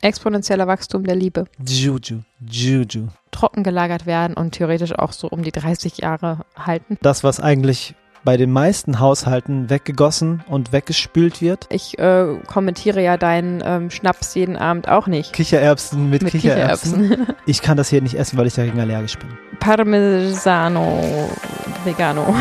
Exponentieller Wachstum der Liebe. Juju. Trocken gelagert werden und theoretisch auch so um die 30 Jahre halten. Das, was eigentlich bei den meisten Haushalten weggegossen und weggespült wird. Ich kommentiere ja deinen Schnaps jeden Abend auch nicht. Kichererbsen mit Kichererbsen. Ich kann das hier nicht essen, weil ich dagegen allergisch bin. Parmesano Vegano.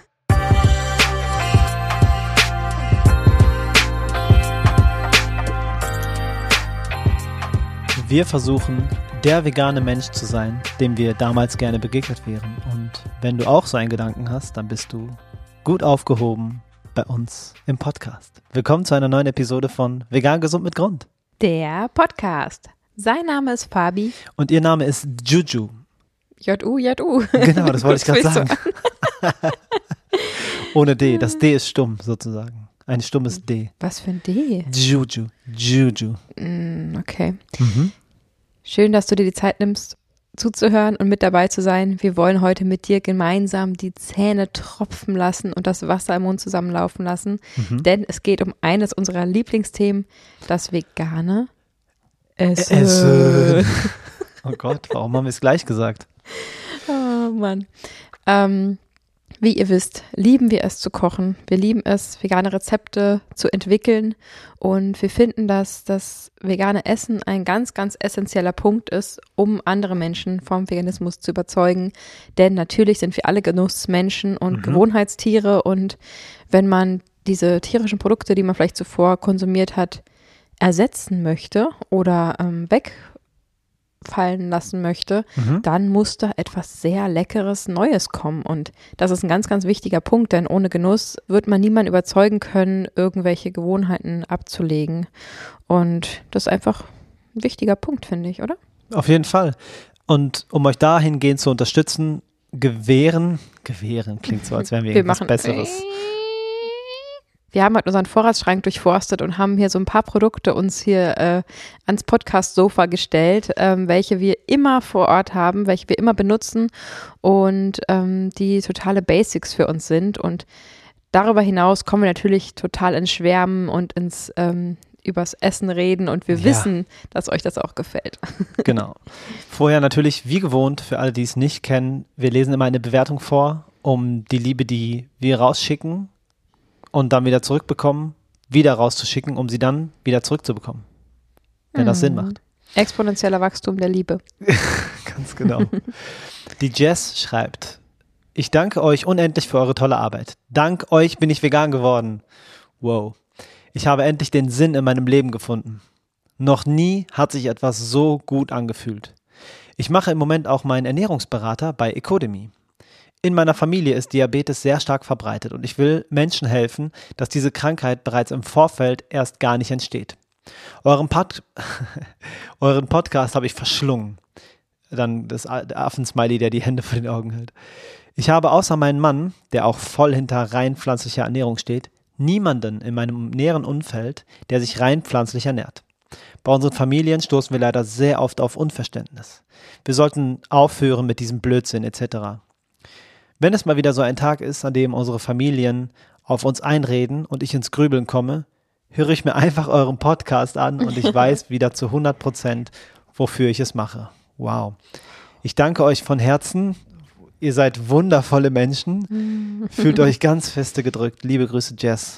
Wir versuchen, der vegane Mensch zu sein, dem wir damals gerne begegnet wären. Und wenn du auch so einen Gedanken hast, dann bist du gut aufgehoben bei uns im Podcast. Willkommen zu einer neuen Episode von Vegan Gesund mit Grund. Der Podcast. Sein Name ist Fabi. Und ihr Name ist Juju. J-U. Genau, das wollte ich gerade sagen. Ohne D. Das D ist stumm sozusagen. Ein stummes D. Was für ein D? Juju. Okay. Schön, dass du dir die Zeit nimmst, zuzuhören und mit dabei zu sein. Wir wollen heute mit dir gemeinsam die Zähne tropfen lassen und das Wasser im Mund zusammenlaufen lassen. Denn es geht um eines unserer Lieblingsthemen, das vegane Essen. Oh Gott, warum haben wir es gleich gesagt? Oh Mann. Wie ihr wisst, lieben wir es zu kochen. Wir lieben es, vegane Rezepte zu entwickeln. Und wir finden, dass das vegane Essen ein ganz, ganz essentieller Punkt ist, um andere Menschen vom Veganismus zu überzeugen. Denn natürlich sind wir alle Genussmenschen und Gewohnheitstiere. Und wenn man diese tierischen Produkte, die man vielleicht zuvor konsumiert hat, ersetzen möchte oder wegfallen lassen möchte, dann muss da etwas sehr Leckeres Neues kommen. Und das ist ein ganz, ganz wichtiger Punkt, denn ohne Genuss wird man niemanden überzeugen können, irgendwelche Gewohnheiten abzulegen. Und das ist einfach ein wichtiger Punkt, finde ich, oder? Auf jeden Fall. Und um euch dahingehend zu unterstützen, gewähren klingt so, als wären wir irgendwas Besseres. Wir haben halt unseren Vorratsschrank durchforstet und haben hier so ein paar Produkte uns hier ans Podcast-Sofa gestellt, welche wir immer vor Ort haben, welche wir immer benutzen und die totale Basics für uns sind. Und darüber hinaus kommen wir natürlich total ins Schwärmen und ins übers Essen reden und wir wissen, dass euch das auch gefällt. Genau. Vorher natürlich, wie gewohnt, für alle, die es nicht kennen, wir lesen immer eine Bewertung vor, um die Liebe, die wir rausschicken, und dann wieder zurückbekommen, wieder rauszuschicken, um sie dann wieder zurückzubekommen. Wenn das Sinn macht. Exponentieller Wachstum der Liebe. Ganz genau. Die Jess schreibt: Ich danke euch unendlich für eure tolle Arbeit. Dank euch bin ich vegan geworden. Wow. Ich habe endlich den Sinn in meinem Leben gefunden. Noch nie hat sich etwas so gut angefühlt. Ich mache im Moment auch meinen Ernährungsberater bei Ecodemy. In meiner Familie ist Diabetes sehr stark verbreitet und ich will Menschen helfen, dass diese Krankheit bereits im Vorfeld erst gar nicht entsteht. Euren Podcast habe ich verschlungen. Dann das Affensmiley, der die Hände vor den Augen hält. Ich habe außer meinem Mann, der auch voll hinter rein pflanzlicher Ernährung steht, niemanden in meinem näheren Umfeld, der sich rein pflanzlich ernährt. Bei unseren Familien stoßen wir leider sehr oft auf Unverständnis. Wir sollten aufhören mit diesem Blödsinn etc. Wenn es mal wieder so ein Tag ist, an dem unsere Familien auf uns einreden und ich ins Grübeln komme, höre ich mir einfach euren Podcast an und ich weiß wieder zu 100%, wofür ich es mache. Wow. Ich danke euch von Herzen. Ihr seid wundervolle Menschen. Fühlt euch ganz feste gedrückt. Liebe Grüße, Jess.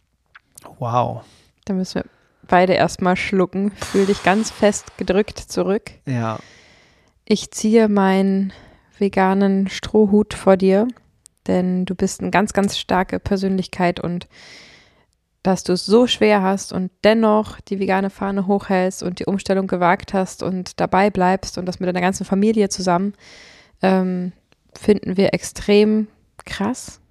Wow. Da müssen wir beide erstmal schlucken. Fühl dich ganz fest gedrückt zurück. Ja. Ich ziehe meinen veganen Strohhut vor dir, denn du bist eine ganz, ganz starke Persönlichkeit und dass du es so schwer hast und dennoch die vegane Fahne hochhältst und die Umstellung gewagt hast und dabei bleibst und das mit deiner ganzen Familie zusammen, finden wir extrem krass.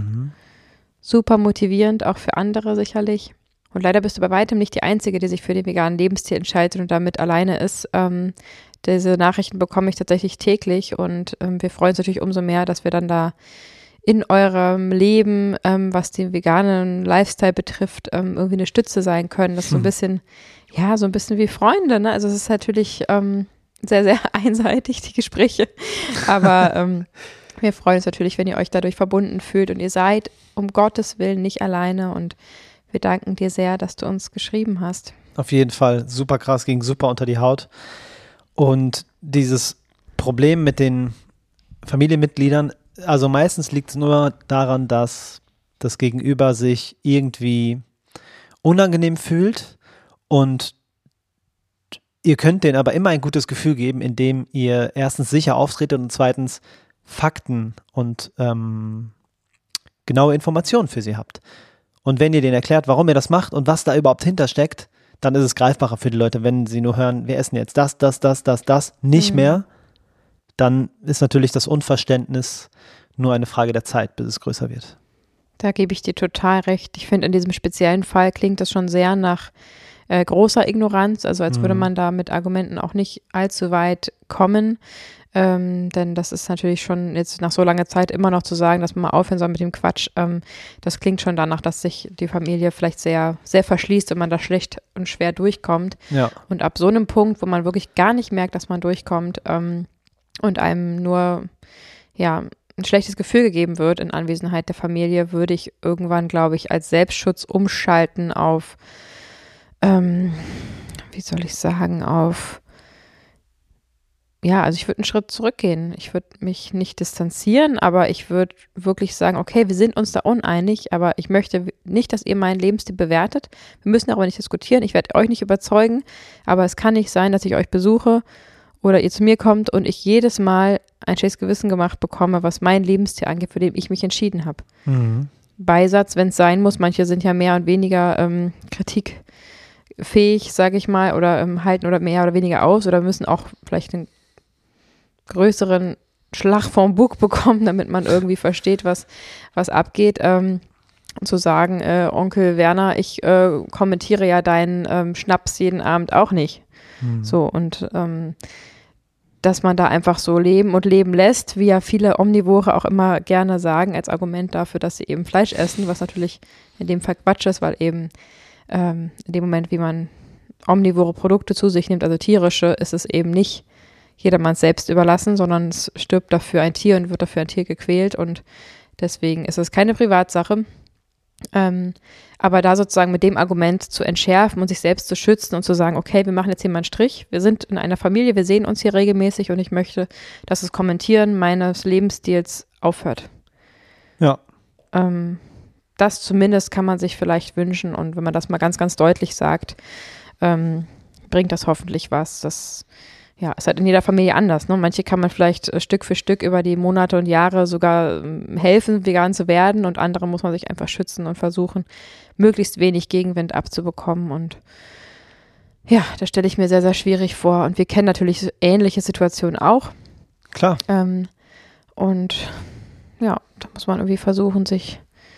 Super motivierend, auch für andere sicherlich. Und leider bist du bei weitem nicht die Einzige, die sich für den veganen Lebensstil entscheidet und damit alleine ist. Diese Nachrichten bekomme ich tatsächlich täglich und wir freuen uns natürlich umso mehr, dass wir dann da in eurem Leben, was den veganen Lifestyle betrifft, irgendwie eine Stütze sein können. Das ist so ein bisschen wie Freunde, ne? Also es ist natürlich sehr, sehr einseitig, die Gespräche. Aber wir freuen uns natürlich, wenn ihr euch dadurch verbunden fühlt und ihr seid um Gottes Willen nicht alleine und wir danken dir sehr, dass du uns geschrieben hast. auf jeden Fall. Super krass, ging super unter die Haut. Und dieses Problem mit den Familienmitgliedern, also meistens liegt es nur daran, dass das Gegenüber sich irgendwie unangenehm fühlt und ihr könnt denen aber immer ein gutes Gefühl geben, indem ihr erstens sicher auftretet und zweitens Fakten und genaue Informationen für sie habt. Und wenn ihr denen erklärt, warum ihr das macht und was da überhaupt hintersteckt, dann ist es greifbarer für die Leute. Wenn sie nur hören, wir essen jetzt das, nicht mehr, dann ist natürlich das Unverständnis nur eine Frage der Zeit, bis es größer wird. Da gebe ich dir total recht. Ich finde, in diesem speziellen Fall klingt das schon sehr nach großer Ignoranz, also als würde man da mit Argumenten auch nicht allzu weit kommen, denn das ist natürlich schon jetzt nach so langer Zeit immer noch zu sagen, dass man mal aufhören soll mit dem Quatsch, das klingt schon danach, dass sich die Familie vielleicht sehr, sehr verschließt und man da schlecht und schwer durchkommt. Ja. Und ab so einem Punkt, wo man wirklich gar nicht merkt, dass man durchkommt und einem nur, ja, ein schlechtes Gefühl gegeben wird in Anwesenheit der Familie, würde ich irgendwann, glaube ich, als Selbstschutz umschalten auf wie soll ich sagen, also ich würde einen Schritt zurückgehen. Ich würde mich nicht distanzieren, aber ich würde wirklich sagen, okay, wir sind uns da uneinig, aber ich möchte nicht, dass ihr meinen Lebensstil bewertet. Wir müssen darüber nicht diskutieren. Ich werde euch nicht überzeugen, aber es kann nicht sein, dass ich euch besuche oder ihr zu mir kommt und ich jedes Mal ein schlechtes Gewissen gemacht bekomme, was mein Lebensstil angeht, für den ich mich entschieden habe. Mhm. Beisatz, wenn es sein muss. Manche sind ja mehr und weniger kritikfähig, sage ich mal, oder halten oder mehr oder weniger aus oder müssen auch vielleicht einen größeren Schlag vom Bug bekommen, damit man irgendwie versteht, was abgeht. Zu sagen, Onkel Werner, ich kommentiere ja deinen Schnaps jeden Abend auch nicht. So, und dass man da einfach so leben und leben lässt, wie ja viele Omnivore auch immer gerne sagen, als Argument dafür, dass sie eben Fleisch essen, was natürlich in dem Fall Quatsch ist, weil eben in dem Moment, wie man omnivore Produkte zu sich nimmt, also tierische, ist es eben nicht jedermanns selbst überlassen, sondern es stirbt dafür ein Tier und wird dafür ein Tier gequält und deswegen ist es keine Privatsache. Aber da sozusagen mit dem Argument zu entschärfen und sich selbst zu schützen und zu sagen, okay, wir machen jetzt hier mal einen Strich, wir sind in einer Familie, wir sehen uns hier regelmäßig und ich möchte, dass das Kommentieren meines Lebensstils aufhört. Ja. Das zumindest kann man sich vielleicht wünschen und wenn man das mal ganz, ganz deutlich sagt, bringt das hoffentlich was. Das ist halt in jeder Familie anders. Ne? Manche kann man vielleicht Stück für Stück über die Monate und Jahre sogar helfen, vegan zu werden und andere muss man sich einfach schützen und versuchen, möglichst wenig Gegenwind abzubekommen und ja, das stelle ich mir sehr, sehr schwierig vor und wir kennen natürlich ähnliche Situationen auch. Klar. Und ja, da muss man irgendwie versuchen, sich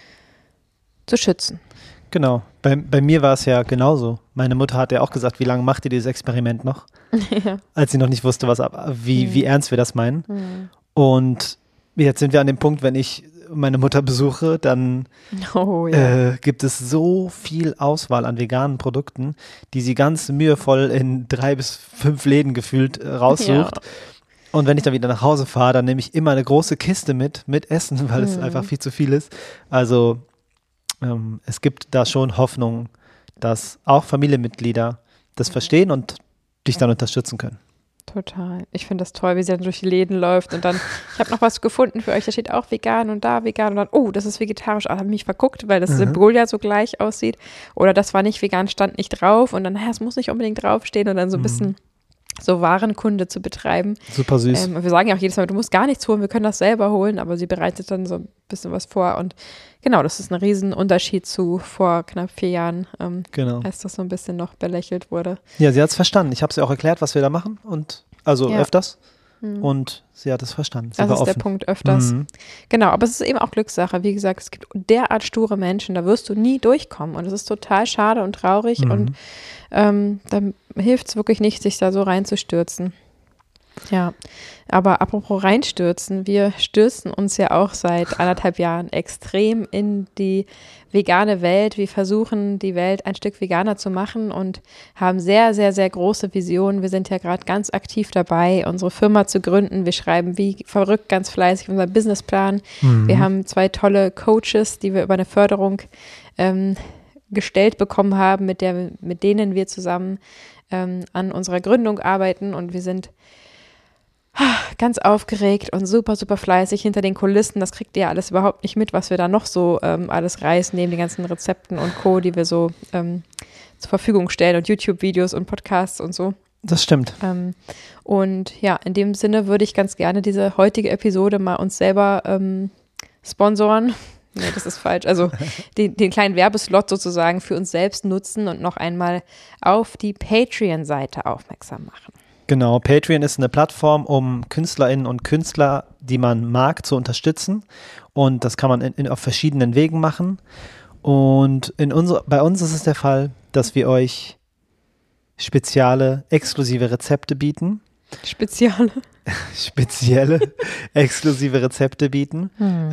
zu schützen. Genau. Bei mir war es ja genauso. Meine Mutter hat ja auch gesagt, wie lange macht ihr dieses Experiment noch? Ja. Als sie noch nicht wusste, wie ernst wir das meinen. Mhm. Und jetzt sind wir an dem Punkt, wenn ich meine Mutter besuche, dann gibt es so viel Auswahl an veganen Produkten, die sie ganz mühevoll in 3 bis 5 Läden gefühlt raussucht. Ja. Und wenn ich dann wieder nach Hause fahre, dann nehme ich immer eine große Kiste mit Essen, weil es einfach viel zu viel ist. Also es gibt da schon Hoffnung, dass auch Familienmitglieder das verstehen und dich dann unterstützen können. Total. Ich finde das toll, wie sie dann durch die Läden läuft und dann, ich habe noch was gefunden für euch, da steht auch vegan und da vegan und dann, oh, das ist vegetarisch, habe mich verguckt, weil das Symbol ja so gleich aussieht oder das war nicht vegan, stand nicht drauf und dann, es muss nicht unbedingt draufstehen und dann so ein bisschen so Warenkunde zu betreiben. Super süß. Wir sagen ja auch jedes Mal, du musst gar nichts holen, wir können das selber holen, aber sie bereitet dann so ein bisschen was vor und genau, das ist ein Riesenunterschied zu vor knapp 4 Jahren, als das so ein bisschen noch belächelt wurde. Ja, sie hat es verstanden. Ich habe sie auch erklärt, was wir da machen und öfters und sie hat es verstanden. Sie das ist offen. Der Punkt, öfters. Genau, aber es ist eben auch Glückssache. Wie gesagt, es gibt derart sture Menschen, da wirst du nie durchkommen und es ist total schade und traurig und dann hilft es wirklich nicht, sich da so reinzustürzen. Ja, aber apropos reinstürzen, wir stürzen uns ja auch seit 1,5 Jahren extrem in die vegane Welt. Wir versuchen, die Welt ein Stück veganer zu machen und haben sehr, sehr, sehr große Visionen. Wir sind ja gerade ganz aktiv dabei, unsere Firma zu gründen. Wir schreiben wie verrückt ganz fleißig unseren Businessplan. Wir haben 2 tolle Coaches, die wir über eine Förderung gestellt bekommen haben, mit denen wir zusammen an unserer Gründung arbeiten. Und wir sind ganz aufgeregt und super, super fleißig hinter den Kulissen. Das kriegt ihr alles überhaupt nicht mit, was wir da noch so alles reißen, neben den ganzen Rezepten und Co., die wir so zur Verfügung stellen und YouTube-Videos und Podcasts und so. Das stimmt. Und ja, in dem Sinne würde ich ganz gerne diese heutige Episode mal uns selber sponsoren. Nee, das ist falsch. Also den kleinen Werbeslot sozusagen für uns selbst nutzen und noch einmal auf die Patreon-Seite aufmerksam machen. Genau, Patreon ist eine Plattform, um KünstlerInnen und Künstler, die man mag, zu unterstützen. Und das kann man auf verschiedenen Wegen machen. Und bei uns ist es der Fall, dass wir euch spezielle, exklusive Rezepte bieten. Spezielle, exklusive Rezepte bieten.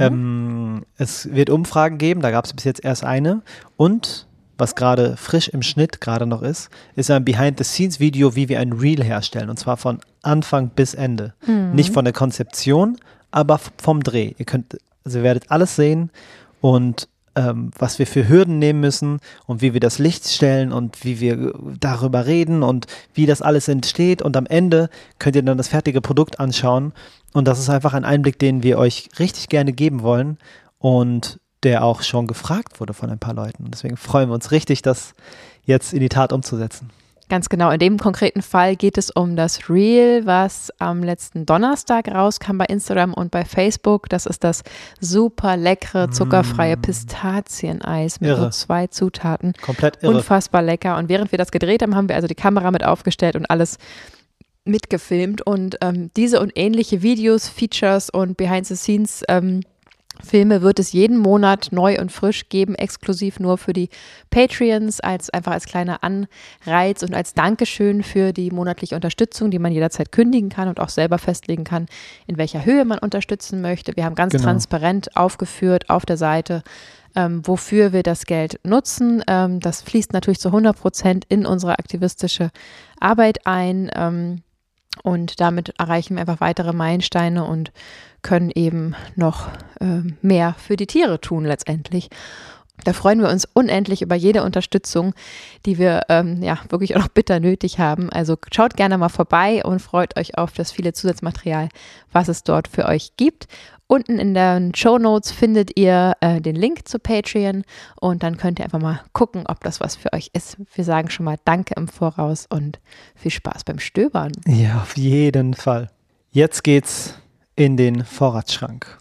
Es wird Umfragen geben, da gab es bis jetzt erst eine. Und was gerade frisch im Schnitt gerade noch ist ein Behind-the-Scenes-Video, wie wir ein Reel herstellen. Und zwar von Anfang bis Ende. Nicht von der Konzeption, aber vom Dreh. Ihr werdet alles sehen und was wir für Hürden nehmen müssen und wie wir das Licht stellen und wie wir darüber reden und wie das alles entsteht. Und am Ende könnt ihr dann das fertige Produkt anschauen. Und das ist einfach ein Einblick, den wir euch richtig gerne geben wollen und der auch schon gefragt wurde von ein paar Leuten. Und deswegen freuen wir uns richtig, das jetzt in die Tat umzusetzen. Ganz genau. In dem konkreten Fall geht es um das Reel, was am letzten Donnerstag rauskam bei Instagram und bei Facebook. Das ist das super leckere, zuckerfreie Pistazieneis mit nur 2 Zutaten. Komplett irre. Unfassbar lecker. Und während wir das gedreht haben, haben wir also die Kamera mit aufgestellt und alles mitgefilmt. Und diese und ähnliche Videos, Features und Behind-the-Scenes Filme wird es jeden Monat neu und frisch geben, exklusiv nur für die Patreons, einfach als kleiner Anreiz und als Dankeschön für die monatliche Unterstützung, die man jederzeit kündigen kann und auch selber festlegen kann, in welcher Höhe man unterstützen möchte. Wir haben ganz transparent aufgeführt auf der Seite, wofür wir das Geld nutzen. Das fließt natürlich zu 100% in unsere aktivistische Arbeit ein. Und damit erreichen wir einfach weitere Meilensteine und können eben noch mehr für die Tiere tun letztendlich. Da freuen wir uns unendlich über jede Unterstützung, die wir wirklich auch noch bitter nötig haben. Also schaut gerne mal vorbei und freut euch auf das viele Zusatzmaterial, was es dort für euch gibt. Unten in den Shownotes findet ihr den Link zu Patreon und dann könnt ihr einfach mal gucken, ob das was für euch ist. Wir sagen schon mal Danke im Voraus und viel Spaß beim Stöbern. Ja, auf jeden Fall. Jetzt geht's in den Vorratsschrank.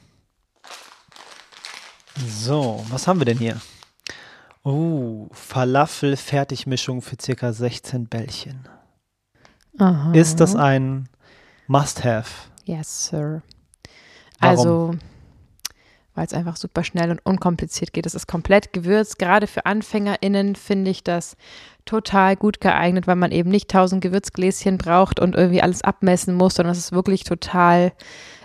So, was haben wir denn hier? Falafel-Fertigmischung für ca. 16 Bällchen. Aha. Ist das ein Must-Have? Yes, sir. Warum? Also, weil es einfach super schnell und unkompliziert geht. Es ist komplett gewürzt. Gerade für AnfängerInnen finde ich das total gut geeignet, weil man eben nicht 1000 Gewürzgläschen braucht und irgendwie alles abmessen muss, sondern es ist wirklich total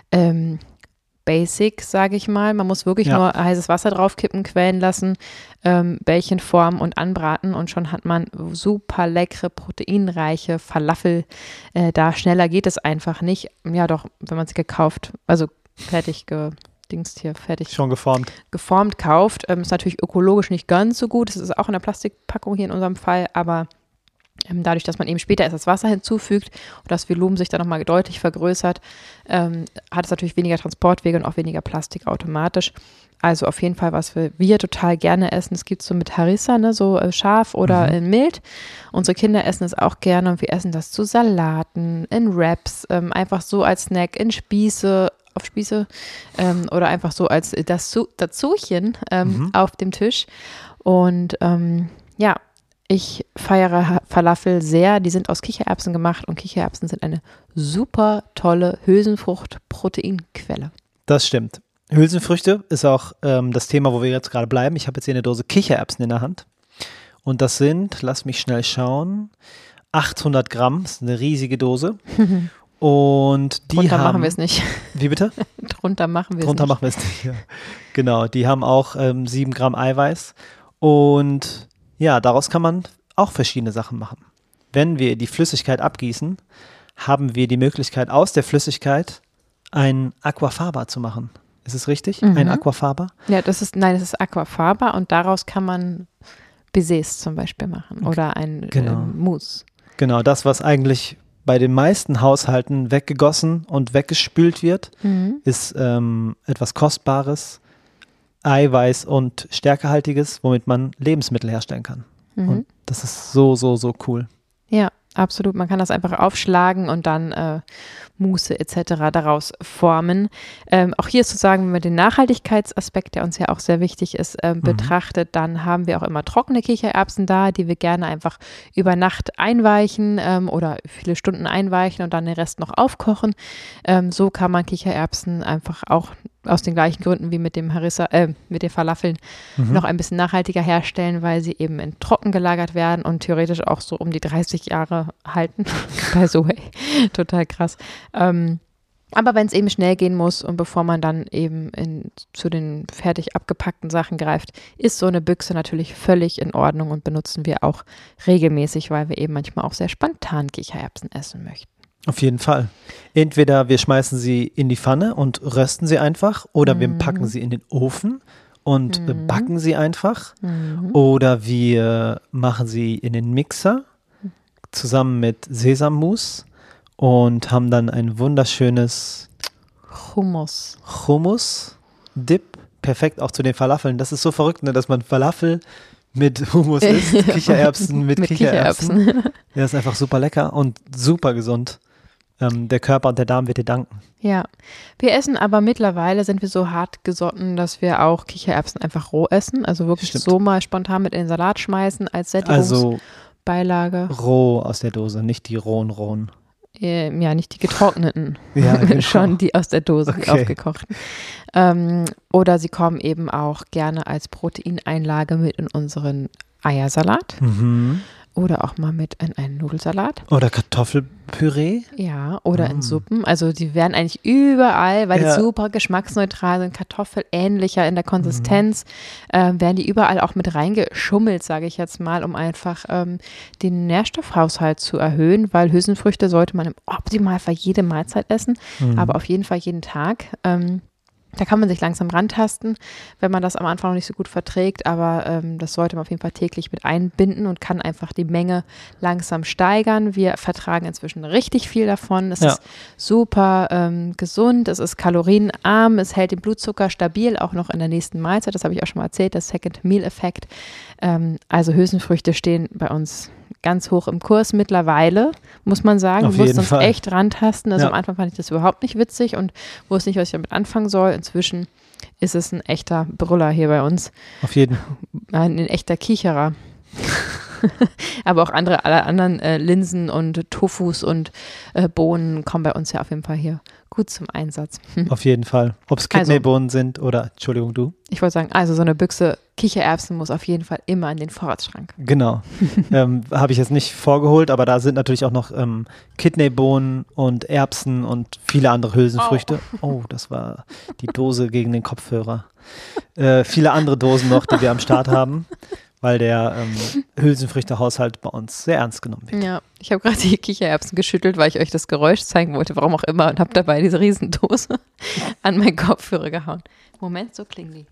basic, sage ich mal. Man muss wirklich nur heißes Wasser draufkippen, quellen lassen, Bällchen formen und anbraten und schon hat man super leckere, proteinreiche Falafel. Da schneller geht es einfach nicht. Ja doch, wenn man es gekauft, also fertig schon geformt kauft. Ist natürlich ökologisch nicht ganz so gut. Es ist auch in der Plastikpackung hier in unserem Fall, aber dadurch, dass man eben später erst das Wasser hinzufügt und das Volumen sich dann nochmal deutlich vergrößert, hat es natürlich weniger Transportwege und auch weniger Plastik automatisch. Also auf jeden Fall, was wir total gerne essen. Es gibt so mit Harissa, ne, so scharf oder mild. Unsere Kinder essen es auch gerne und wir essen das zu Salaten, in Wraps, einfach so als Snack, in auf Spieße oder einfach so als Dazuchen auf dem Tisch. Und ich feiere Falafel sehr. Die sind aus Kichererbsen gemacht und Kichererbsen sind eine super tolle Hülsenfrucht-Proteinquelle. Das stimmt. Hülsenfrüchte ist auch das Thema, wo wir jetzt gerade bleiben. Ich habe jetzt hier eine Dose Kichererbsen in der Hand. Und das sind, lass mich schnell schauen, 800 Gramm. Das ist eine riesige Dose. Und die Drunter machen wir es nicht. Wie bitte? Drunter machen wir es nicht. Ja. Genau, die haben auch 7 Gramm Eiweiß. Und ja, daraus kann man auch verschiedene Sachen machen. Wenn wir die Flüssigkeit abgießen, haben wir die Möglichkeit, aus der Flüssigkeit ein Aquafaba zu machen. Ist es richtig? Ein Aquafaba? Ja, es ist Aquafaba und daraus kann man Baisers zum Beispiel machen oder ein Mousse. Genau, das, was eigentlich bei den meisten Haushalten weggegossen und weggespült wird, ist etwas Kostbares, Eiweiß- und Stärkehaltiges, womit man Lebensmittel herstellen kann. Und das ist so, so, so cool. Ja, absolut. Man kann das einfach aufschlagen und dann Mousse etc. daraus formen. Auch hier ist zu sagen, wenn man den Nachhaltigkeitsaspekt, der uns ja auch sehr wichtig ist, betrachtet, dann haben wir auch immer trockene Kichererbsen da, die wir gerne einfach über Nacht einweichen oder viele Stunden einweichen und dann den Rest noch aufkochen. So kann man Kichererbsen einfach auch aus den gleichen Gründen wie mit dem Harissa, mit den Falafeln noch ein bisschen nachhaltiger herstellen, weil sie eben in trocken gelagert werden und theoretisch auch so um die 30 Jahre halten. By the way, total krass. Aber wenn es eben schnell gehen muss und bevor man dann eben zu den fertig abgepackten Sachen greift, ist so eine Büchse natürlich völlig in Ordnung und benutzen wir auch regelmäßig, weil wir eben manchmal auch sehr spontan Kichererbsen essen möchten. Auf jeden Fall. Entweder wir schmeißen sie in die Pfanne und rösten sie einfach oder wir packen sie in den Ofen und backen sie einfach oder wir machen sie in den Mixer zusammen mit Sesammus und haben dann ein wunderschönes Hummus-Dip. Perfekt auch zu den Falafeln. Das ist so verrückt, ne, dass man Falafel mit Hummus isst, Kichererbsen mit Kichererbsen. Ja, ist einfach super lecker und super gesund. Der Körper und der Darm wird dir danken. Ja, wir essen aber mittlerweile, sind wir so hart gesotten, dass wir auch Kichererbsen einfach roh essen. Also wirklich so mal spontan mit in den Salat schmeißen als Sättigungsbeilage. Also roh aus der Dose, nicht die rohen. Ja, nicht die getrockneten, ja, genau. Schon die aus der Dose, die aufgekochten. Oder sie kommen eben auch gerne als Proteineinlage mit in unseren Eiersalat. Oder auch mal mit in einen Nudelsalat. Oder Kartoffelpüree. Ja, oder in Suppen. Also die werden eigentlich überall, weil die super geschmacksneutral sind, kartoffelähnlicher in der Konsistenz, werden die überall auch mit reingeschummelt, sage ich jetzt mal, um einfach den Nährstoffhaushalt zu erhöhen, weil Hülsenfrüchte sollte man im Optimalfall jede Mahlzeit essen, aber auf jeden Fall jeden Tag. Da kann man sich langsam rantasten, wenn man das am Anfang noch nicht so gut verträgt, aber das sollte man auf jeden Fall täglich mit einbinden und kann einfach die Menge langsam steigern. Wir vertragen inzwischen richtig viel davon. Es ist super gesund, es ist kalorienarm, es hält den Blutzucker stabil, auch noch in der nächsten Mahlzeit. Das habe ich auch schon mal erzählt, das Second Meal Effekt. Also Hülsenfrüchte stehen bei uns ganz hoch im Kurs mittlerweile, muss man sagen. Wir mussten uns echt rantasten. Also am Anfang fand ich das überhaupt nicht witzig und wusste nicht, was ich damit anfangen soll. Inzwischen ist es ein echter Brüller hier bei uns. Auf jeden. Ein echter Kicherer. Aber auch alle anderen Linsen und Tofus und Bohnen kommen bei uns ja auf jeden Fall hier gut zum Einsatz. Auf jeden Fall. Ob es Kidneybohnen sind oder, Entschuldigung, du? Ich wollte sagen, also so eine Büchse Kichererbsen muss auf jeden Fall immer in den Vorratsschrank. Genau. Habe ich jetzt nicht vorgeholt, aber da sind natürlich auch noch Kidneybohnen und Erbsen und viele andere Hülsenfrüchte. Oh, das war die Dose gegen den Kopfhörer. Viele andere Dosen noch, die wir am Start haben, weil der Hülsenfrüchtehaushalt bei uns sehr ernst genommen wird. Ja, ich habe gerade die Kichererbsen geschüttelt, weil ich euch das Geräusch zeigen wollte, warum auch immer, und habe dabei diese Riesendose an meinen Kopfhörer gehauen. Moment, so klingen die.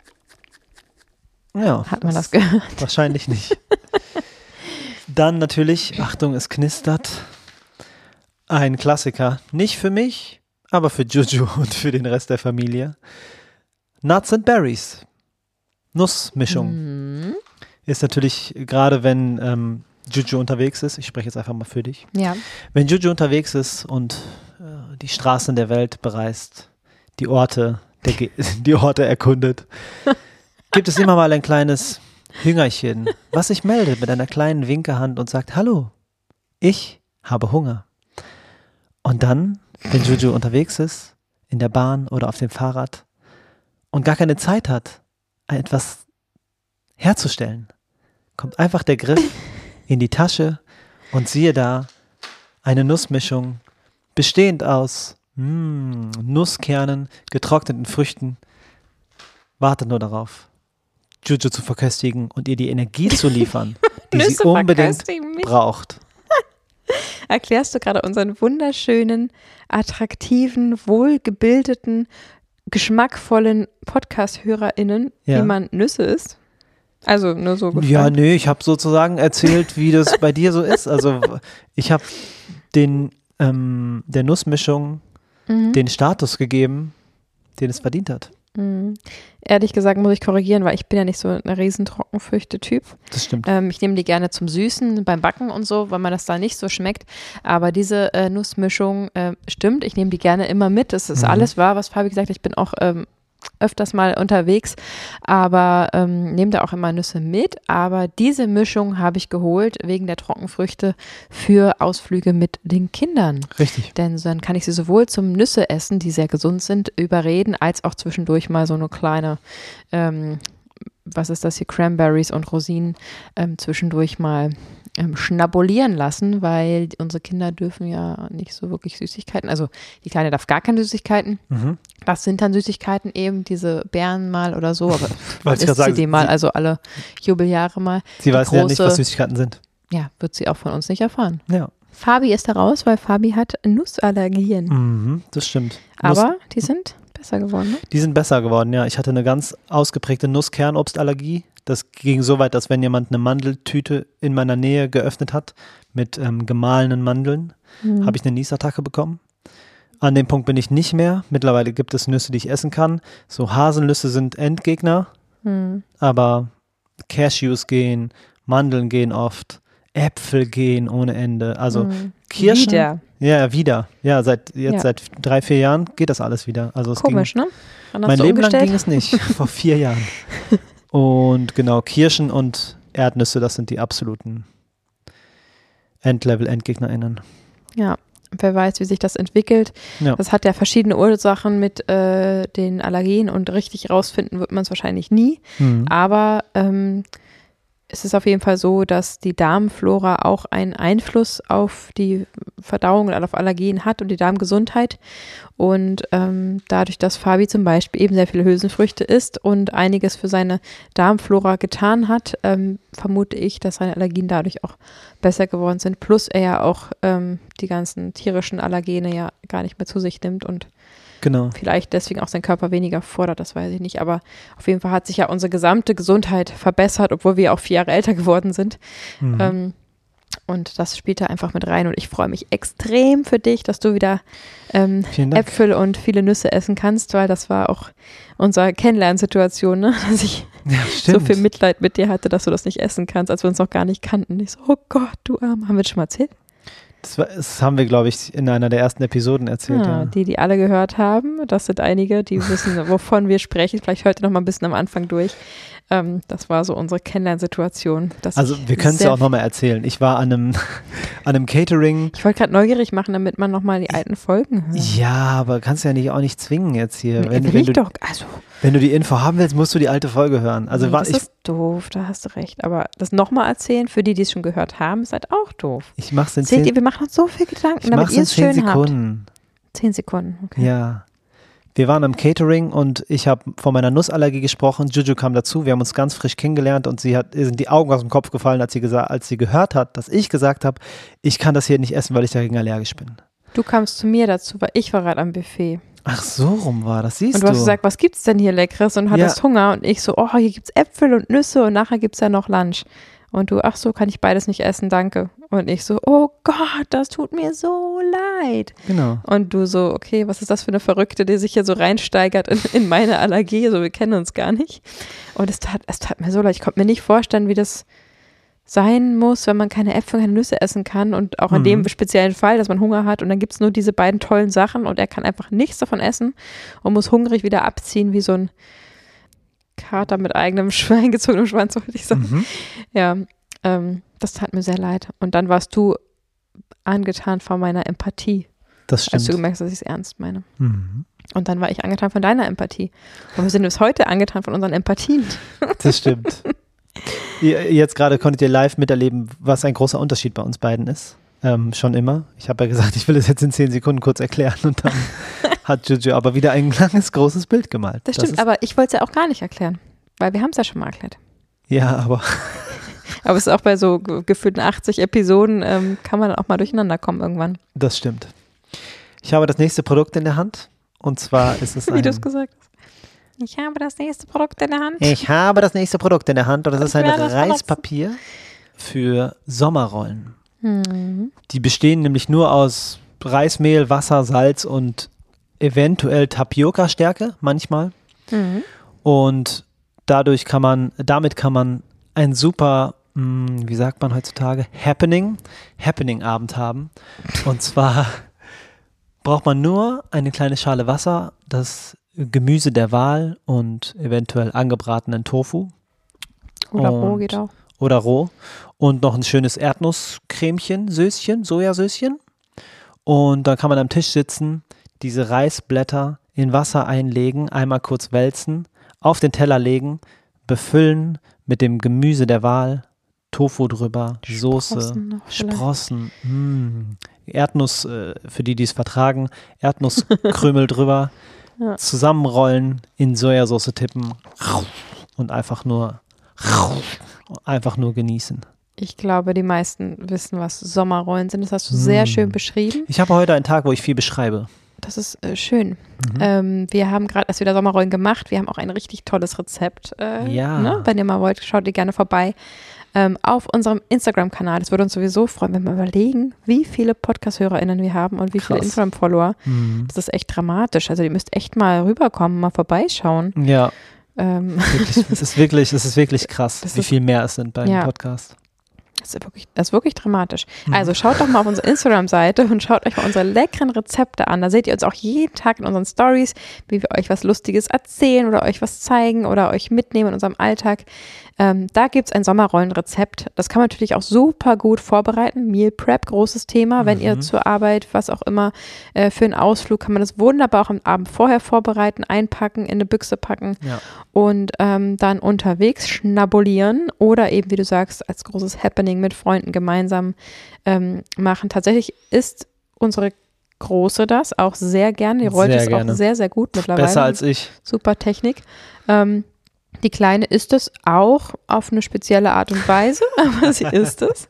Ja. Hat man das gehört? Wahrscheinlich nicht. Dann natürlich, Achtung, es knistert, ein Klassiker. Nicht für mich, aber für Juju und für den Rest der Familie. Nuts and Berries. Nussmischung. Ist natürlich, gerade wenn Juju unterwegs ist, ich spreche jetzt einfach mal für dich. Ja. Wenn Juju unterwegs ist und die Straßen der Welt bereist, die Orte erkundet, gibt es immer mal ein kleines Hüngerchen, was sich meldet mit einer kleinen Winkehand und sagt, hallo, ich habe Hunger. Und dann, wenn Juju unterwegs ist, in der Bahn oder auf dem Fahrrad und gar keine Zeit hat, etwas herzustellen, kommt einfach der Griff in die Tasche und siehe da, eine Nussmischung, bestehend aus Nusskernen, getrockneten Früchten, wartet nur darauf, Juju zu verköstigen und ihr die Energie zu liefern, die sie unbedingt braucht. Erklärst du gerade unseren wunderschönen, attraktiven, wohlgebildeten, geschmackvollen Podcast-HörerInnen, wie man Nüsse isst? Also nur so gefragt. Ja, nee, ich habe sozusagen erzählt, wie das bei dir so ist. Also ich habe der Nussmischung den Status gegeben, den es verdient hat. Ehrlich gesagt muss ich korrigieren, weil ich bin ja nicht so ein riesen Trockenfrüchte-Typ. Das stimmt. Ich nehme die gerne zum Süßen, beim Backen und so, weil man das da nicht so schmeckt. Aber diese Nussmischung stimmt, ich nehme die gerne immer mit. Das ist alles wahr, was Fabi gesagt hat. Ich bin auch öfters mal unterwegs, aber nehme da auch immer Nüsse mit. Aber diese Mischung habe ich geholt wegen der Trockenfrüchte für Ausflüge mit den Kindern. Richtig. Denn dann kann ich sie sowohl zum Nüsse essen, die sehr gesund sind, überreden, als auch zwischendurch mal so eine kleine, was ist das hier, Cranberries und Rosinen zwischendurch mal schnabulieren lassen, weil unsere Kinder dürfen ja nicht so wirklich Süßigkeiten. Also die Kleine darf gar keine Süßigkeiten. Das sind dann Süßigkeiten eben, diese Beeren mal oder so, aber isst sie die mal, also alle Jubeljahre mal. Sie weiß ja nicht, was Süßigkeiten sind. Ja, wird sie auch von uns nicht erfahren. Ja. Fabi ist da raus, weil Fabi hat Nussallergien. Das stimmt. Aber die sind besser geworden, ne? Die sind besser geworden, ja. Ich hatte eine ganz ausgeprägte Nusskernobstallergie. Das ging so weit, dass wenn jemand eine Mandeltüte in meiner Nähe geöffnet hat mit gemahlenen Mandeln, habe ich eine Niesattacke bekommen. An dem Punkt bin ich nicht mehr. Mittlerweile gibt es Nüsse, die ich essen kann. So Haselnüsse sind Endgegner, aber Cashews gehen, Mandeln gehen oft, Äpfel gehen ohne Ende. Also Kirschen. Wieder. Ja, wieder. Ja, seit 3-4 Jahren geht das alles wieder. Also es komisch, ne? Mein Leben lang ging es nicht. Vor 4 Jahren. Und genau, Kirschen und Erdnüsse, das sind die absoluten Endlevel-EndgegnerInnen. Ja, wer weiß, wie sich das entwickelt. Ja. Das hat ja verschiedene Ursachen mit den Allergien und richtig rausfinden wird man es wahrscheinlich nie. Aber es ist auf jeden Fall so, dass die Darmflora auch einen Einfluss auf die Verdauung und auf Allergien hat und die Darmgesundheit. Und dadurch, dass Fabi zum Beispiel eben sehr viele Hülsenfrüchte isst und einiges für seine Darmflora getan hat, vermute ich, dass seine Allergien dadurch auch besser geworden sind. Plus er ja auch die ganzen tierischen Allergene ja gar nicht mehr zu sich nimmt und vielleicht deswegen auch sein Körper weniger fordert, das weiß ich nicht. Aber auf jeden Fall hat sich ja unsere gesamte Gesundheit verbessert, obwohl wir auch 4 Jahre älter geworden sind. Und das spielt da einfach mit rein. Und ich freue mich extrem für dich, dass du wieder Äpfel und viele Nüsse essen kannst, weil das war auch unsere Kennenlernsituation, ne? Dass ich so viel Mitleid mit dir hatte, dass du das nicht essen kannst, als wir uns noch gar nicht kannten. Ich so, oh Gott, du Arm. Haben wir das schon mal erzählt? Das haben wir, glaube ich, in einer der ersten Episoden erzählt. Ja. Die alle gehört haben. Das sind einige, die wissen, wovon wir sprechen. Vielleicht heute noch mal ein bisschen am Anfang durch. Das war so unsere Kennenlernsituation. Also wir können es ja auch noch mal erzählen. Ich war an einem Catering. Ich wollte gerade neugierig machen, damit man noch mal die alten Folgen hört. Ja, aber kannst ja nicht auch nicht zwingen jetzt hier. Wenn du die Info haben willst, musst du die alte Folge hören. Also das ist doof, da hast du recht. Aber das nochmal erzählen, für die, die es schon gehört haben, ist halt auch doof. Ich mach's in Seht ihr, wir machen uns so viel Gedanken, damit ihr es schön Sekunden. habt. 10 Sekunden, okay. Ja. Wir waren am Catering und ich habe von meiner Nussallergie gesprochen. Juju kam dazu, wir haben uns ganz frisch kennengelernt und ihr sind die Augen aus dem Kopf gefallen, als sie gehört hat, dass ich gesagt habe, ich kann das hier nicht essen, weil ich dagegen allergisch bin. Du kamst zu mir dazu, weil ich war gerade am Buffet. Ach, so rum war das, siehst du. Und du hast gesagt, was gibt's denn hier Leckeres? Und hattest Hunger. Und ich so, oh, hier gibt's Äpfel und Nüsse und nachher gibt's ja noch Lunch. Und du, ach so, kann ich beides nicht essen, danke. Und ich so, oh Gott, das tut mir so leid. Genau. Und du so, okay, was ist das für eine Verrückte, die sich hier so reinsteigert in meine Allergie, so wir kennen uns gar nicht. Und es tat mir so leid, ich konnte mir nicht vorstellen, wie das sein muss, wenn man keine Äpfel und keine Nüsse essen kann und auch in dem speziellen Fall, dass man Hunger hat und dann gibt es nur diese beiden tollen Sachen und er kann einfach nichts davon essen und muss hungrig wieder abziehen, wie so ein Kater mit eigenem eingezogenem Schwanz, wollte ich sagen. Ja, das tat mir sehr leid. Und dann warst du angetan von meiner Empathie. Das stimmt. Als du gemerkt hast, dass ich es ernst meine. Und dann war ich angetan von deiner Empathie. Und wir sind bis heute angetan von unseren Empathien. Das stimmt. Jetzt gerade konntet ihr live miterleben, was ein großer Unterschied bei uns beiden ist. Schon immer. Ich habe ja gesagt, ich will es jetzt in 10 Sekunden kurz erklären und dann hat Juju aber wieder ein langes, großes Bild gemalt. Das stimmt, aber ich wollte es ja auch gar nicht erklären, weil wir haben es ja schon mal erklärt. Ja, aber es ist auch bei so gefühlten 80 Episoden, kann man dann auch mal durcheinander kommen irgendwann. Das stimmt. Ich habe das nächste Produkt in der Hand und zwar ist es wie du es gesagt hast. Ich habe das nächste Produkt in der Hand. Ich habe das nächste Produkt in der Hand und das ist ein werde es Reispapier für Sommerrollen. Mhm. Die bestehen nämlich nur aus Reismehl, Wasser, Salz und eventuell Tapioca-Stärke manchmal. Mhm. Und damit kann man ein super, wie sagt man heutzutage, Happening-Abend haben. Und zwar braucht man nur eine kleine Schale Wasser, das Gemüse der Wahl und eventuell angebratenen Tofu. Oder roh geht auch. Oder roh. Und noch ein schönes Erdnusscremchen, Sojasöschen. Und dann kann man am Tisch sitzen, diese Reisblätter in Wasser einlegen, einmal kurz wälzen, auf den Teller legen, befüllen mit dem Gemüse der Wahl, Tofu drüber, Soße, Sprossen, Erdnuss, für die es vertragen, Erdnusskrümel drüber, zusammenrollen, in Sojasauce tippen und einfach nur genießen. Ich glaube, die meisten wissen, was Sommerrollen sind. Das hast du sehr schön beschrieben. Ich habe heute einen Tag, wo ich viel beschreibe. Das ist schön. Wir haben gerade erst wieder Sommerrollen gemacht. Wir haben auch ein richtig tolles Rezept. Ne? Wenn ihr mal wollt, schaut ihr gerne vorbei. Auf unserem Instagram-Kanal. Das würde uns sowieso freuen, wenn wir überlegen, wie viele Podcast-HörerInnen wir haben und wie viele Instagram-Follower. Das ist echt dramatisch. Also ihr müsst echt mal rüberkommen, mal vorbeischauen. Ja. Es ist wirklich krass, wie viel mehr es sind beim Podcast. Das ist wirklich dramatisch. Also schaut doch mal auf unsere Instagram-Seite und schaut euch mal unsere leckeren Rezepte an. Da seht ihr uns auch jeden Tag in unseren Stories, wie wir euch was Lustiges erzählen oder euch was zeigen oder euch mitnehmen in unserem Alltag. Da gibt es ein Sommerrollenrezept. Das kann man natürlich auch super gut vorbereiten. Meal Prep, großes Thema. Wenn ihr zur Arbeit, was auch immer, für einen Ausflug, kann man das wunderbar auch am Abend vorher vorbereiten, einpacken, in eine Büchse packen und dann unterwegs schnabulieren oder eben, wie du sagst, als großes Happening mit Freunden gemeinsam machen. Tatsächlich ist unsere Große das auch sehr gerne. Die rollt es auch sehr, sehr gut mittlerweile. Besser als ich. Super Technik. Die Kleine isst es auch auf eine spezielle Art und Weise, aber sie isst es.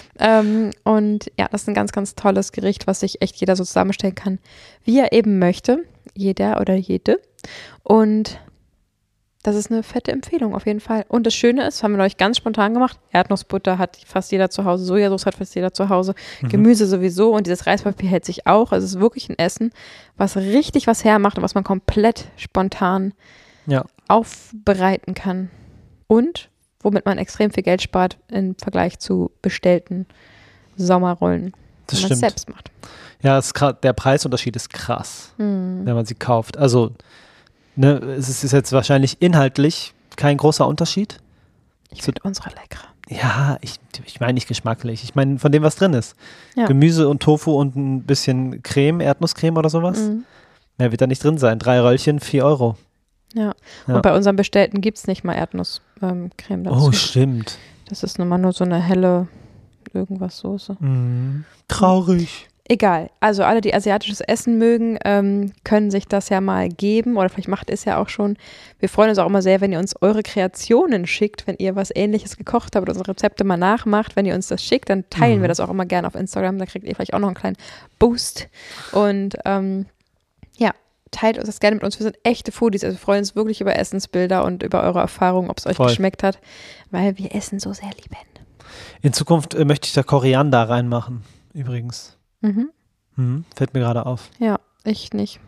Und ja, das ist ein ganz, ganz tolles Gericht, was sich echt jeder so zusammenstellen kann, wie er eben möchte. Jeder oder jede. Und das ist eine fette Empfehlung auf jeden Fall. Und das Schöne ist, haben wir euch ganz spontan gemacht, Erdnussbutter hat fast jeder zu Hause, Sojasauce hat fast jeder zu Hause, Gemüse sowieso und dieses Reispapier hält sich auch. Also es ist wirklich ein Essen, was richtig was hermacht und was man komplett spontan aufbereiten kann. Und womit man extrem viel Geld spart im Vergleich zu bestellten Sommerrollen, das wenn man es selbst macht. Ja, der Preisunterschied ist krass, wenn man sie kauft. Also es ist jetzt wahrscheinlich inhaltlich kein großer Unterschied. Ich finde unsere leckerer. Ja, ich meine nicht geschmacklich. Ich meine von dem, was drin ist. Ja. Gemüse und Tofu und ein bisschen Creme, Erdnusscreme oder sowas. Mehr wird da nicht drin sein. 3 Röllchen, 4 Euro. Ja. Und bei unserem Bestellten gibt es nicht mal Erdnusscreme dazu. Oh, stimmt. Das ist nun mal nur so eine helle irgendwas Soße. Traurig. Egal. Also alle, die asiatisches Essen mögen, können sich das ja mal geben oder vielleicht macht ihr es ja auch schon. Wir freuen uns auch immer sehr, wenn ihr uns eure Kreationen schickt, wenn ihr was Ähnliches gekocht habt oder unsere Rezepte mal nachmacht. Wenn ihr uns das schickt, dann teilen wir das auch immer gerne auf Instagram. Da kriegt ihr vielleicht auch noch einen kleinen Boost. Und teilt uns das gerne mit uns. Wir sind echte Foodies, also wir freuen uns wirklich über Essensbilder und über eure Erfahrungen, ob es euch geschmeckt hat, weil wir essen so sehr lieben. In Zukunft möchte ich da Koriander reinmachen, übrigens. Fällt mir gerade auf. Ja, ich nicht.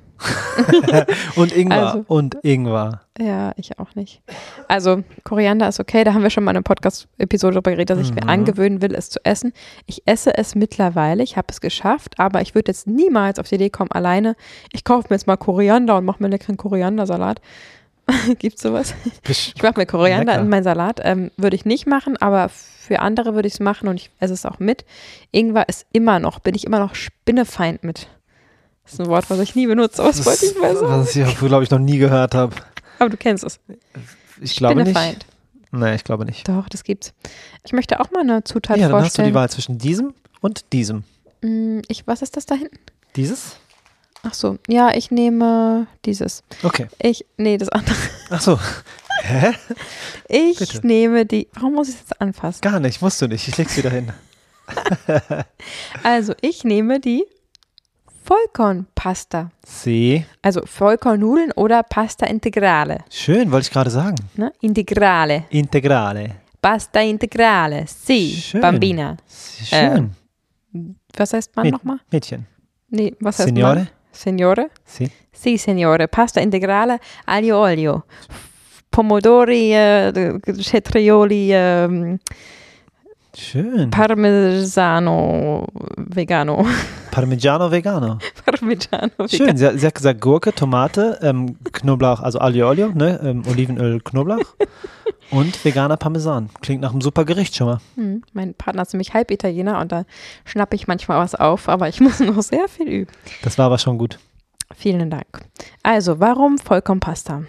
Und Ingwer. Ja, ich auch nicht. Also Koriander ist okay, da haben wir schon mal eine Podcast-Episode darüber geredet, dass ich mir angewöhnen will, es zu essen. Ich esse es mittlerweile, ich habe es geschafft, aber ich würde jetzt niemals auf die Idee kommen, alleine, ich kaufe mir jetzt mal Koriander und mache mir einen leckeren Koriandersalat. Gibt's sowas? Ich mache mir Koriander in meinen Salat. Würde ich nicht machen, aber für andere würde ich es machen und ich esse es auch mit. Ingwer bin ich immer noch Spinnefeind mit. Das ist ein Wort, was ich nie benutze, aber das wollte ich mal sagen. Was ich, glaube ich, noch nie gehört habe. Aber du kennst es. Ich glaube nicht. Nein, ich glaube nicht. Doch, das gibt's. Ich möchte auch mal eine Zutat vorstellen. Ja, dann hast du die Wahl zwischen diesem und diesem. Was ist das da hinten? Dieses? Ach so, ja, ich nehme dieses. Okay. Das andere. Ach so. Hä? Ich nehme die, warum muss ich es jetzt anfassen? Gar nicht, musst du nicht, ich leg's wieder hin. Also, ich nehme die Vollkornpasta. Sie. Also Vollkornnudeln oder Pasta Integrale. Schön, wollte ich gerade sagen. Ne? Integrale. Integrale. Pasta Integrale. Si, Schön. Bambina. Schön. Was heißt man nochmal? Mädchen. Nee, was heißt Signore? man? Signore? Si. Sì, signore. Pasta integrale, aglio olio. Pomodori, cetrioli, Schön. Parmesano vegano. Parmigiano Vegano. Parmigiano vegano. Schön. Sie hat gesagt Gurke, Tomate, Knoblauch, also Aglio Olio, ne? Olivenöl, Knoblauch und veganer Parmesan. Klingt nach einem super Gericht schon mal. Mein Partner ist nämlich halb Italiener und da schnappe ich manchmal was auf, aber ich muss noch sehr viel üben. Das war aber schon gut. Vielen Dank. Also, warum Vollkornpasta?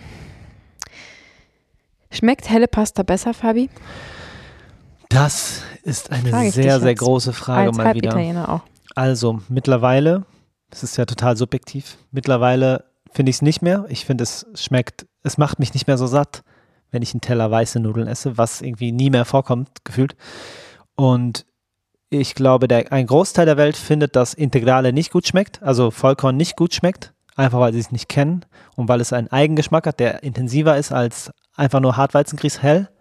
Schmeckt helle Pasta besser, Fabi? Das ist eine Frage ich sehr, dich sehr jetzt. große Frage Als mal wieder. Halbitaliener auch. Also, mittlerweile, das ist ja total subjektiv, mittlerweile finde ich es nicht mehr. Ich finde, es schmeckt, es macht mich nicht mehr so satt, wenn ich einen Teller weiße Nudeln esse, was irgendwie nie mehr vorkommt, gefühlt. Und ich glaube, ein Großteil der Welt findet, dass Integrale nicht gut schmeckt, also Vollkorn nicht gut schmeckt, einfach weil sie es nicht kennen und weil es einen Eigengeschmack hat, der intensiver ist als einfach nur Hartweizengrieß hell.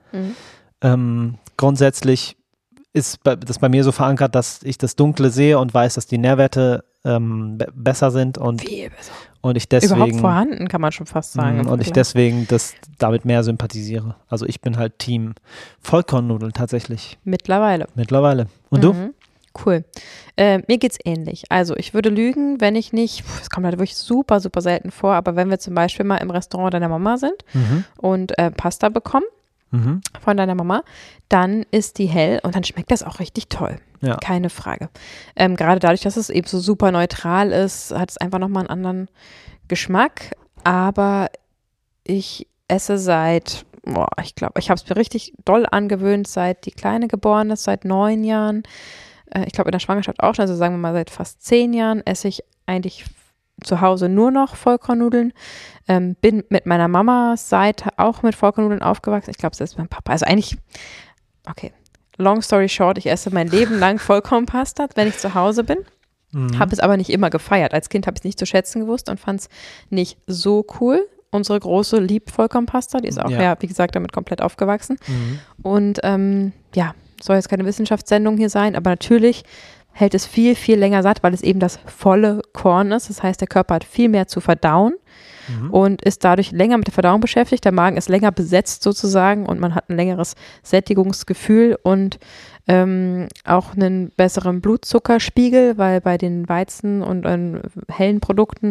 Grundsätzlich ist das bei mir so verankert, dass ich das Dunkle sehe und weiß, dass die Nährwerte besser sind und, Viel besser. und ich deswegen Überhaupt vorhanden, kann man schon fast sagen. und ich deswegen damit mehr sympathisiere. Also ich bin halt Team Vollkornnudeln tatsächlich. Mittlerweile. Und du? Cool. Mir geht's ähnlich. Also ich würde lügen, wenn ich nicht, es kommt halt wirklich super, super selten vor, aber wenn wir zum Beispiel mal im Restaurant deiner Mama sind und Pasta bekommen von deiner Mama, dann ist die hell und dann schmeckt das auch richtig toll. Ja. Keine Frage. Gerade dadurch, dass es eben so super neutral ist, hat es einfach nochmal einen anderen Geschmack, aber ich esse ich glaube, ich habe es mir richtig doll angewöhnt, seit die Kleine geboren ist, seit 9 Jahren. Ich glaube, in der Schwangerschaft auch schon, also sagen wir mal seit fast 10 Jahren esse ich eigentlich zu Hause nur noch Vollkornnudeln. Bin mit meiner Mamas Seite auch mit Vollkornnudeln aufgewachsen. Ich glaube, selbst mein Papa. Also eigentlich, okay, long story short, ich esse mein Leben lang Vollkornpasta, wenn ich zu Hause bin. Habe es aber nicht immer gefeiert. Als Kind habe ich es nicht zu schätzen gewusst und fand es nicht so cool. Unsere Große liebt Vollkornpasta, die ist auch, wie gesagt, damit komplett aufgewachsen. Und soll jetzt keine Wissenschaftssendung hier sein, aber natürlich hält es viel, viel länger satt, weil es eben das volle Korn ist. Das heißt, der Körper hat viel mehr zu verdauen und ist dadurch länger mit der Verdauung beschäftigt. Der Magen ist länger besetzt sozusagen und man hat ein längeres Sättigungsgefühl und auch einen besseren Blutzuckerspiegel, weil bei den Weizen- und hellen Produkten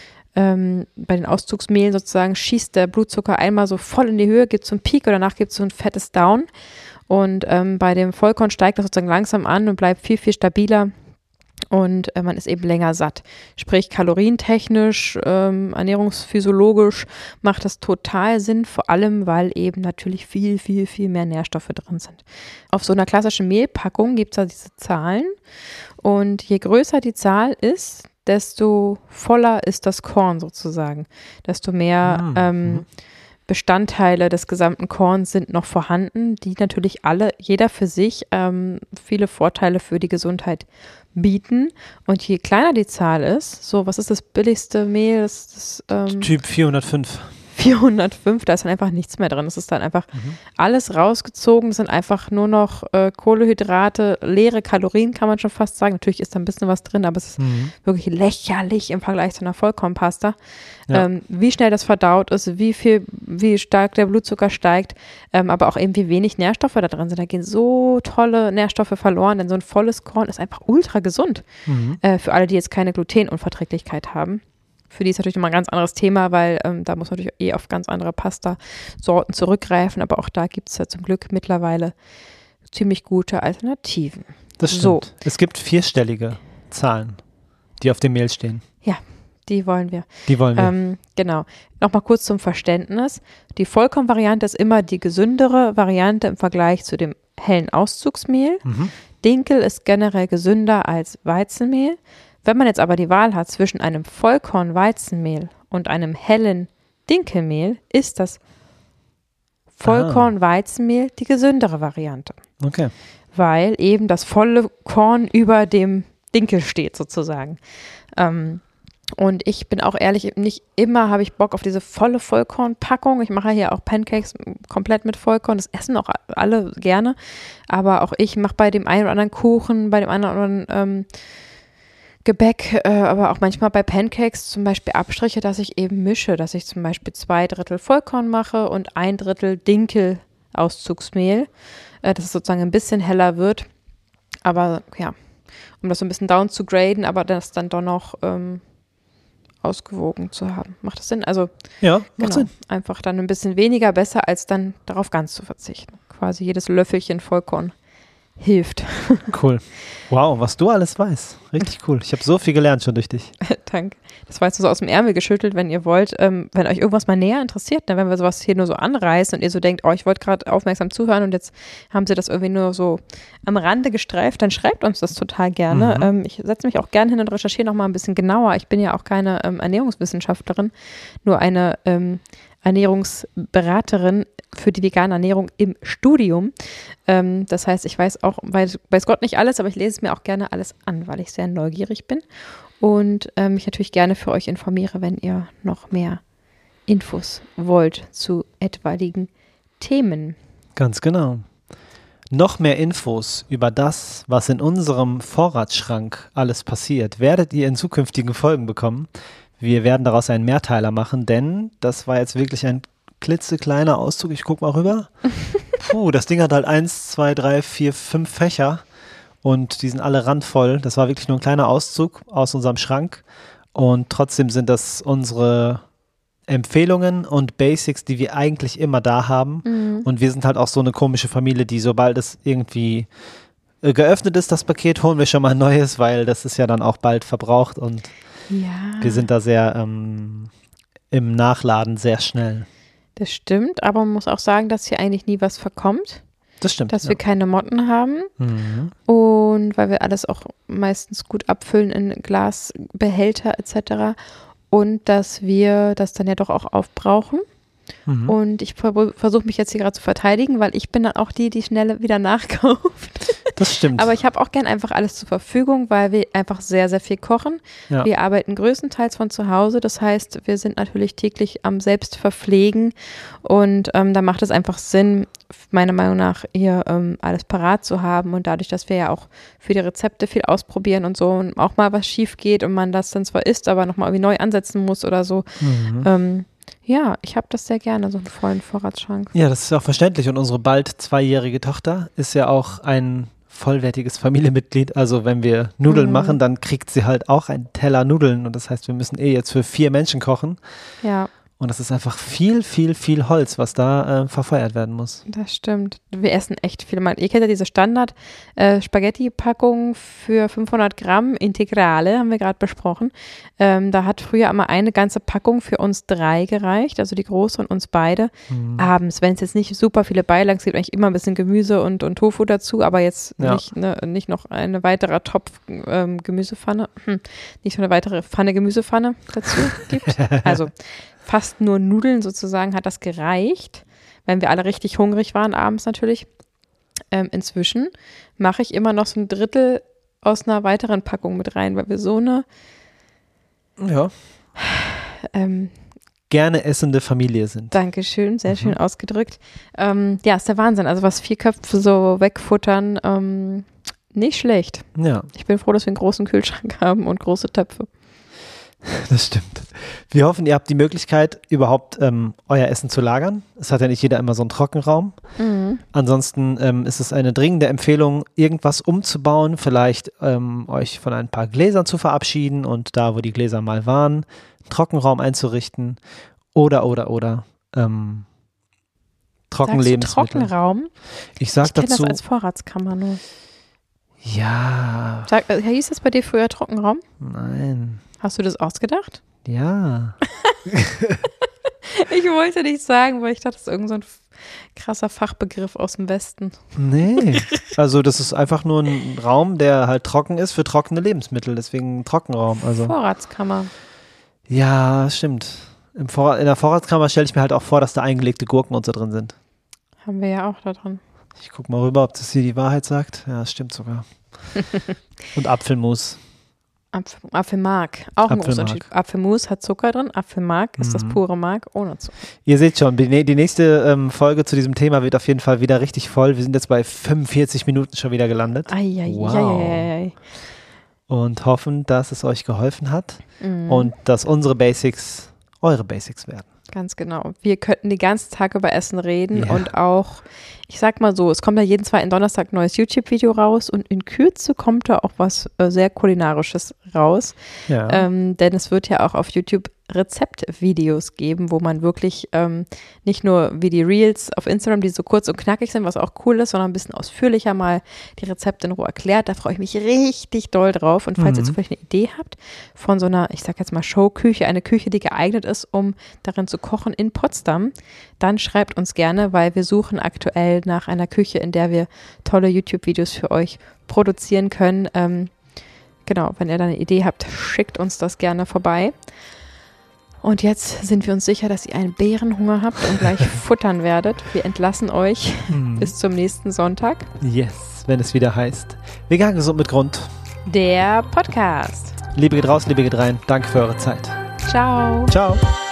bei den Auszugsmehlen sozusagen schießt der Blutzucker einmal so voll in die Höhe, gibt so einen Peak und danach gibt es so ein fettes Down. Und bei dem Vollkorn steigt das sozusagen langsam an und bleibt viel, viel stabiler und man ist eben länger satt. Sprich, kalorientechnisch, ernährungsphysiologisch macht das total Sinn, vor allem, weil eben natürlich viel, viel, viel mehr Nährstoffe drin sind. Auf so einer klassischen Mehlpackung gibt es da diese Zahlen und je größer die Zahl ist, desto voller ist das Korn sozusagen, desto mehr Bestandteile des gesamten Korns sind noch vorhanden, die natürlich jeder für sich viele Vorteile für die Gesundheit bieten. Und je kleiner die Zahl ist, so was ist das billigste Mehl? Das Typ 405. 405, da ist dann einfach nichts mehr drin. Es ist dann einfach alles rausgezogen, es sind einfach nur noch Kohlenhydrate, leere Kalorien, kann man schon fast sagen. Natürlich ist da ein bisschen was drin, aber es ist wirklich lächerlich im Vergleich zu einer Vollkornpasta. Ja. Wie schnell das verdaut ist, wie stark der Blutzucker steigt, aber auch eben wie wenig Nährstoffe da drin sind. Da gehen so tolle Nährstoffe verloren, denn so ein volles Korn ist einfach ultra gesund. Für alle, die jetzt keine Glutenunverträglichkeit haben. Für die ist natürlich nochmal ein ganz anderes Thema, weil da muss man natürlich auf ganz andere Pasta-Sorten zurückgreifen, aber auch da gibt es ja zum Glück mittlerweile ziemlich gute Alternativen. Das stimmt. So. Es gibt 4-stellige Zahlen, die auf dem Mehl stehen. Ja, die wollen wir. Genau. Nochmal kurz zum Verständnis. Die Vollkornvariante ist immer die gesündere Variante im Vergleich zu dem hellen Auszugsmehl. Dinkel ist generell gesünder als Weizenmehl. Wenn man jetzt aber die Wahl hat zwischen einem Vollkorn-Weizenmehl und einem hellen Dinkelmehl, ist das Vollkorn-Weizenmehl die gesündere Variante. Okay. Weil eben das volle Korn über dem Dinkel steht sozusagen. Und ich bin auch ehrlich, nicht immer habe ich Bock auf diese volle Vollkornpackung. Ich mache hier auch Pancakes komplett mit Vollkorn. Das essen auch alle gerne. Aber auch ich mache bei dem einen oder anderen Kuchen, bei dem einen oder anderen Gebäck, aber auch manchmal bei Pancakes zum Beispiel Abstriche, dass ich eben mische, dass ich zum Beispiel 2/3 Vollkorn mache und 1/3 Dinkel-Auszugsmehl, dass es sozusagen ein bisschen heller wird. Aber ja, um das so ein bisschen down zu graden, aber das dann doch noch ausgewogen zu haben. Macht das Sinn? Also Ja, macht Sinn. Einfach dann ein bisschen weniger besser, als dann darauf ganz zu verzichten. Quasi jedes Löffelchen Vollkorn hilft. Cool. Wow, was du alles weißt. Richtig cool. Ich habe so viel gelernt schon durch dich. Danke. Das war jetzt so aus dem Ärmel geschüttelt, wenn ihr wollt. Wenn euch irgendwas mal näher interessiert, ne, wenn wir sowas hier nur so anreißen und ihr so denkt, oh, ich wollte gerade aufmerksam zuhören und jetzt haben sie das irgendwie nur so am Rande gestreift, dann schreibt uns das total gerne. Ich setze mich auch gerne hin und recherchiere noch mal ein bisschen genauer. Ich bin ja auch keine Ernährungswissenschaftlerin, nur eine Ernährungsberaterin für die vegane Ernährung im Studium. Das heißt, ich weiß auch, weiß Gott nicht alles, aber ich lese es mir auch gerne alles an, weil ich sehr neugierig bin und mich natürlich gerne für euch informiere, wenn ihr noch mehr Infos wollt zu etwaigen Themen. Ganz genau. Noch mehr Infos über das, was in unserem Vorratsschrank alles passiert, werdet ihr in zukünftigen Folgen bekommen. Wir werden daraus einen Mehrteiler machen, denn das war jetzt wirklich ein klitzekleiner Auszug. Ich guck mal rüber. Puh, das Ding hat halt 1, 2, 3, 4, 5 Fächer und die sind alle randvoll. Das war wirklich nur ein kleiner Auszug aus unserem Schrank und trotzdem sind das unsere Empfehlungen und Basics, die wir eigentlich immer da haben. Und wir sind halt auch so eine komische Familie, die sobald es irgendwie geöffnet ist, das Paket, holen wir schon mal ein neues, weil das ist ja dann auch bald verbraucht und wir sind da sehr im Nachladen sehr schnell. Das stimmt, aber man muss auch sagen, dass hier eigentlich nie was verkommt. Das stimmt. Dass wir keine Motten haben und weil wir alles auch meistens gut abfüllen in Glasbehälter etc. Und dass wir das dann ja doch auch aufbrauchen. Und ich versuche mich jetzt hier gerade zu verteidigen, weil ich bin dann auch die schnell wieder nachkauft. Das stimmt. Aber ich habe auch gern einfach alles zur Verfügung, weil wir einfach sehr, sehr viel kochen. Ja. Wir arbeiten größtenteils von zu Hause. Das heißt, wir sind natürlich täglich am Selbstverpflegen und da macht es einfach Sinn, meiner Meinung nach, hier alles parat zu haben. Und dadurch, dass wir ja auch für die Rezepte viel ausprobieren und so und auch mal was schief geht und man das dann zwar isst, aber nochmal irgendwie neu ansetzen muss oder so, ja, ich habe das sehr gerne, so einen vollen Vorratsschrank. Ja, das ist auch verständlich. Und unsere bald 2-jährige Tochter ist ja auch ein vollwertiges Familienmitglied. Also wenn wir Nudeln machen, dann kriegt sie halt auch einen Teller Nudeln. Und das heißt, wir müssen jetzt für 4 Menschen kochen. Ja. Und das ist einfach viel, viel, viel Holz, was da verfeuert werden muss. Das stimmt. Wir essen echt viel. Ihr kennt ja diese Standard-Spaghetti-Packung für 500 Gramm Integrale, haben wir gerade besprochen. Da hat früher immer eine ganze Packung für uns 3 gereicht, also die große und uns beide. Abends, wenn es jetzt nicht super viele Beilagen gibt, eigentlich immer ein bisschen Gemüse und Tofu dazu, aber jetzt nicht noch eine weitere Topf Gemüsepfanne, nicht noch eine weitere Pfanne Gemüsepfanne dazu gibt. Also fast nur Nudeln sozusagen hat das gereicht, wenn wir alle richtig hungrig waren abends natürlich. Inzwischen mache ich immer noch so 1/3 aus einer weiteren Packung mit rein, weil wir so eine gerne essende Familie sind. Dankeschön, sehr schön ausgedrückt. Ja, ist der Wahnsinn. Also was 4 Köpfe so wegfuttern, nicht schlecht. Ja. Ich bin froh, dass wir einen großen Kühlschrank haben und große Töpfe. Das stimmt. Wir hoffen, ihr habt die Möglichkeit, überhaupt euer Essen zu lagern. Es hat ja nicht jeder immer so einen Trockenraum. Ansonsten ist es eine dringende Empfehlung, irgendwas umzubauen, vielleicht euch von ein paar Gläsern zu verabschieden und da, wo die Gläser mal waren, einen Trockenraum einzurichten oder Trockenlebensmittel. Trockenraum? Ich kenne das als Vorratskammer nur. Ja. Hieß das bei dir früher Trockenraum? Nein. Hast du das ausgedacht? Ja. Ich wollte nicht sagen, weil ich dachte, das ist irgend so ein krasser Fachbegriff aus dem Westen. Nee, also das ist einfach nur ein Raum, der halt trocken ist für trockene Lebensmittel, deswegen ein Trockenraum. Also. Vorratskammer. Ja, stimmt. In der Vorratskammer stelle ich mir halt auch vor, dass da eingelegte Gurken und so drin sind. Haben wir ja auch da drin. Ich gucke mal rüber, ob das hier die Wahrheit sagt. Ja, das stimmt sogar. Und Apfelmus. Apfelmark, auch ein großer Apfelmark. Unterschied. Apfelmus hat Zucker drin, Apfelmark ist das pure Mark ohne Zucker. Ihr seht schon, die nächste Folge zu diesem Thema wird auf jeden Fall wieder richtig voll. Wir sind jetzt bei 45 Minuten schon wieder gelandet. Wow. Und hoffen, dass es euch geholfen hat und dass unsere Basics eure Basics werden. Ganz genau. Wir könnten den ganzen Tag über Essen reden und auch, ich sag mal so, es kommt ja jeden zweiten Donnerstag ein neues YouTube-Video raus und in Kürze kommt da auch was sehr Kulinarisches raus. Ja. Denn es wird ja auch auf YouTube Rezeptvideos geben, wo man wirklich nicht nur wie die Reels auf Instagram, die so kurz und knackig sind, was auch cool ist, sondern ein bisschen ausführlicher mal die Rezepte in Ruhe erklärt. Da freue ich mich richtig doll drauf. Und falls ihr zufällig eine Idee habt von so einer, ich sag jetzt mal Showküche, eine Küche, die geeignet ist, um darin zu kochen in Potsdam, dann schreibt uns gerne, weil wir suchen aktuell nach einer Küche, in der wir tolle YouTube-Videos für euch produzieren können. Genau, wenn ihr da eine Idee habt, schickt uns das gerne vorbei. Und jetzt sind wir uns sicher, dass ihr einen Bärenhunger habt und gleich futtern werdet. Wir entlassen euch bis zum nächsten Sonntag. Yes, wenn es wieder heißt Vegan gesund mit Grund. Der Podcast. Liebe geht raus, Liebe geht rein. Danke für eure Zeit. Ciao. Ciao.